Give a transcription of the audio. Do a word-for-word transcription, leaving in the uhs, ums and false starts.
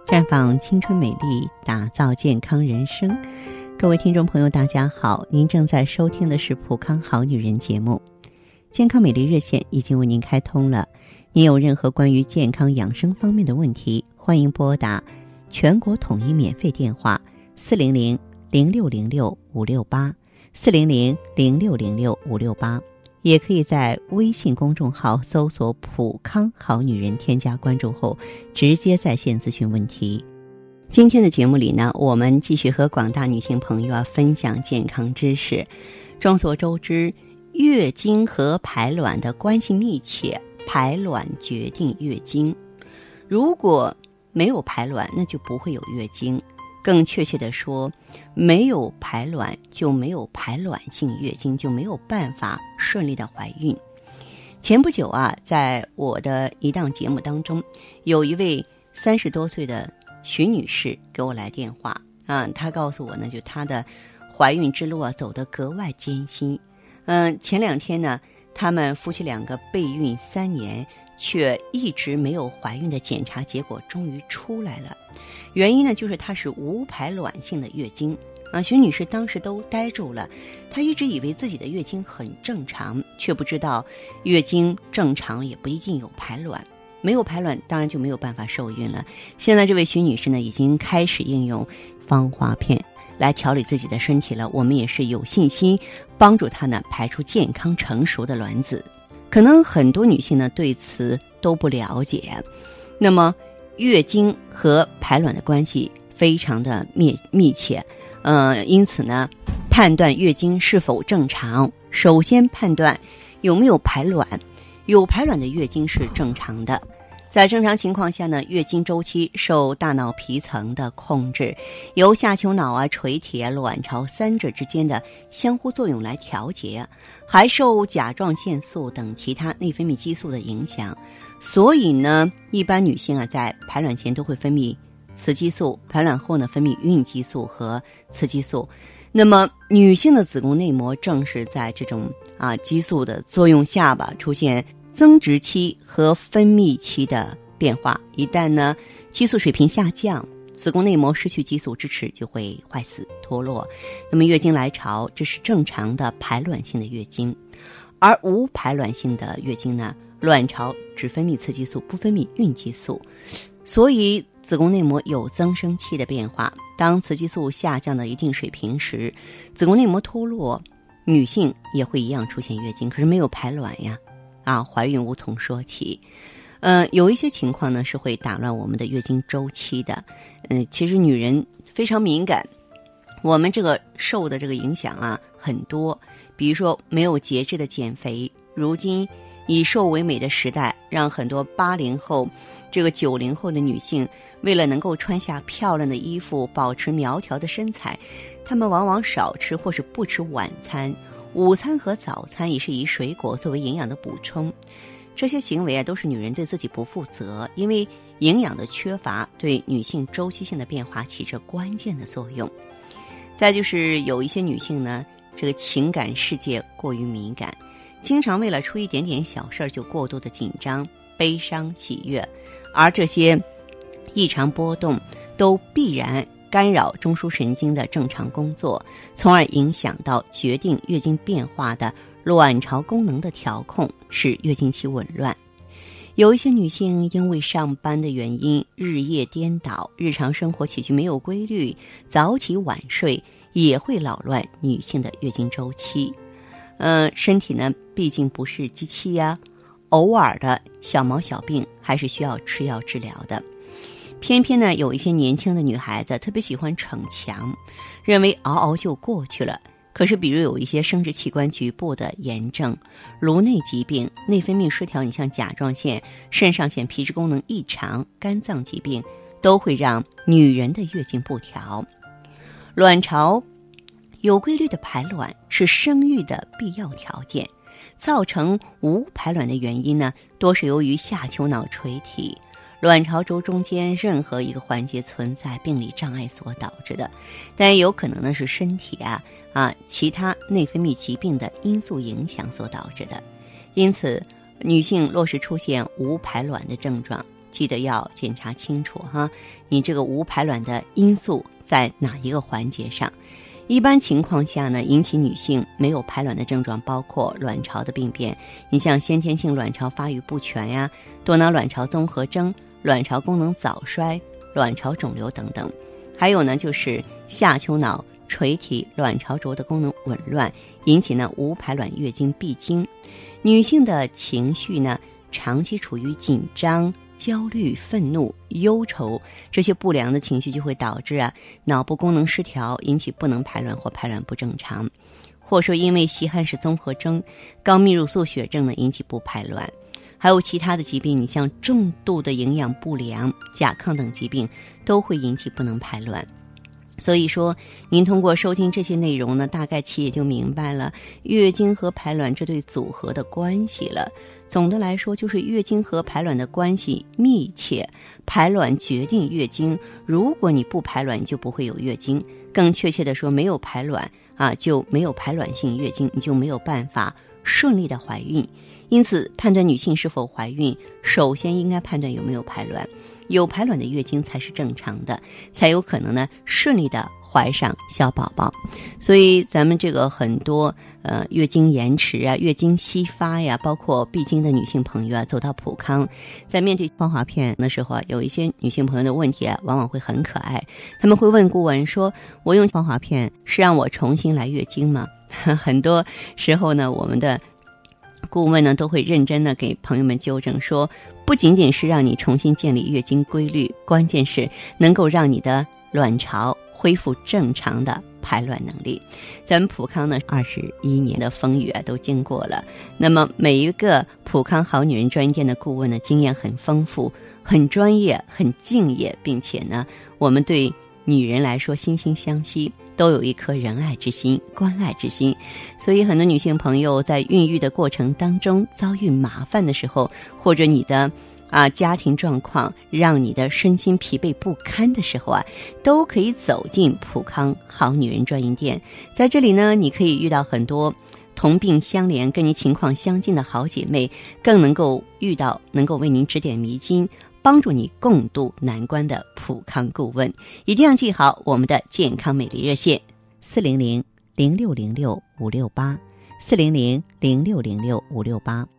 绽放青春美丽，打造健康人生。各位听众朋友大家好，您正在收听的是普康好女人节目。健康美丽热线已经为您开通了，您有任何关于健康养生方面的问题，欢迎拨打全国统一免费电话四零零零六零六五六八 四零零零六零六五六八，也可以在微信公众号搜索普康好女人，添加关注后直接在线咨询问题。今天的节目里呢，我们继续和广大女性朋友啊分享健康知识。众所周知，月经和排卵的关系密切，排卵决定月经。如果没有排卵，那就不会有月经。更确切地说，没有排卵就没有排卵性月经，就没有办法顺利的怀孕。前不久啊，在我的一档节目当中，有一位三十多岁的徐女士给我来电话啊，她告诉我呢，就她的怀孕之路啊走得格外艰辛。嗯，前两天呢，他们夫妻两个备孕三年，却一直没有怀孕的检查结果终于出来了。原因呢，就是她是无排卵性的月经啊。徐女士当时都呆住了，她一直以为自己的月经很正常，却不知道月经正常也不一定有排卵，没有排卵当然就没有办法受孕了。现在这位徐女士呢，已经开始应用芳华片来调理自己的身体了，我们也是有信心帮助她呢排出健康成熟的卵子。可能很多女性呢对此都不了解，那么月经和排卵的关系非常的密密切，呃，因此呢，判断月经是否正常，首先判断有没有排卵。有排卵的月经是正常的。在正常情况下呢，月经周期受大脑皮层的控制，由下丘脑啊、垂体啊、卵巢三者之间的相互作用来调节，还受甲状腺素等其他内分泌激素的影响。所以呢，一般女性啊，在排卵前都会分泌雌激素，排卵后呢，分泌孕激素和雌激素。那么女性的子宫内膜正是在这种啊激素的作用下吧，出现增殖期和分泌期的变化。一旦呢激素水平下降，子宫内膜失去激素支持，就会坏死脱落。那么月经来潮，这是正常的排卵性的月经。而无排卵性的月经呢，卵巢只分泌雌激素，不分泌孕激素，所以子宫内膜有增生期的变化。当雌激素下降到一定水平时，子宫内膜脱落，女性也会一样出现月经，可是没有排卵呀，啊，怀孕无从说起。呃，有一些情况呢是会打乱我们的月经周期的。嗯、呃，其实女人非常敏感，我们这个受的这个影响啊很多。比如说没有节制的减肥，如今以瘦为美的时代，让很多八零后、这个九零后的女性，为了能够穿下漂亮的衣服，保持苗条的身材，她们往往少吃或是不吃晚餐。午餐和早餐也是以水果作为营养的补充，这些行为啊都是女人对自己不负责，因为营养的缺乏对女性周期性的变化起着关键的作用。再就是有一些女性呢，这个情感世界过于敏感，经常为了出一点点小事就过度的紧张、悲伤、喜悦，而这些异常波动都必然干扰中枢神经的正常工作，从而影响到决定月经变化的卵巢功能的调控，使月经期紊乱。有一些女性因为上班的原因日夜颠倒，日常生活起居没有规律，早起晚睡，也会扰乱女性的月经周期。呃，身体呢毕竟不是机器呀，偶尔的小毛小病还是需要吃药治疗的。偏偏呢，有一些年轻的女孩子特别喜欢逞强，认为熬熬就过去了。可是比如有一些生殖器官局部的炎症、颅内疾病、内分泌失调，你像甲状腺、肾上腺皮质功能异常、肝脏疾病，都会让女人的月经不调。卵巢有规律的排卵是生育的必要条件，造成无排卵的原因呢，多是由于下丘脑垂体、卵巢轴中间任何一个环节存在病理障碍所导致的，但也有可能呢是身体啊啊其他内分泌疾病的因素影响所导致的。因此，女性若是出现无排卵的症状， 记得要检查清楚哈，你这个无排卵的因素在哪一个环节上。一般情况下呢，引起女性没有排卵的症状包括卵巢的病变，你像先天性卵巢发育不全呀、多囊卵巢综合征、卵巢功能早衰、卵巢肿瘤等等。还有呢，就是下丘脑垂体卵巢轴的功能紊乱，引起呢无排卵月经闭经。女性的情绪呢，长期处于紧张、焦虑、愤怒、忧愁，这些不良的情绪就会导致啊脑部功能失调，引起不能排卵或排卵不正常，或说因为稀罕氏综合征、高泌乳素血症呢引起不排卵。还有其他的疾病，你像重度的营养不良、甲亢等疾病都会引起不能排卵。所以说您通过收听这些内容呢，大概其也就明白了月经和排卵这对组合的关系了。总的来说，就是月经和排卵的关系密切，排卵决定月经，如果你不排卵你就不会有月经，更确切的说，没有排卵啊就没有排卵性月经，你就没有办法顺利的怀孕。因此判断女性是否怀孕，首先应该判断有没有排卵，有排卵的月经才是正常的，才有可能呢顺利的怀上小宝宝。所以咱们这个很多呃月经延迟啊、月经稀发呀，包括闭经的女性朋友啊，走到普康，在面对芳华片的时候啊，有一些女性朋友的问题啊，往往会很可爱。他们会问顾问说：“我用芳华片是让我重新来月经吗？”很多时候呢，我们的顾问呢都会认真的给朋友们纠正说，不仅仅是让你重新建立月经规律，关键是能够让你的卵巢恢复正常的排卵能力。咱们普康呢二十一年的风雨啊都经过了，那么每一个普康好女人专营店的顾问呢经验很丰富、很专业、很敬业，并且呢我们对女人来说惺惺相惜，都有一颗仁爱之心、关爱之心。所以很多女性朋友在孕育的过程当中遭遇麻烦的时候，或者你的啊家庭状况让你的身心疲惫不堪的时候啊，都可以走进普康好女人专营店。在这里呢，你可以遇到很多同病相怜、跟你情况相近的好姐妹，更能够遇到能够为您指点迷津、帮助你共度难关的普康顾问。一定要记好我们的健康美丽热线四零零零六零六五六八四零零零六零六五六八。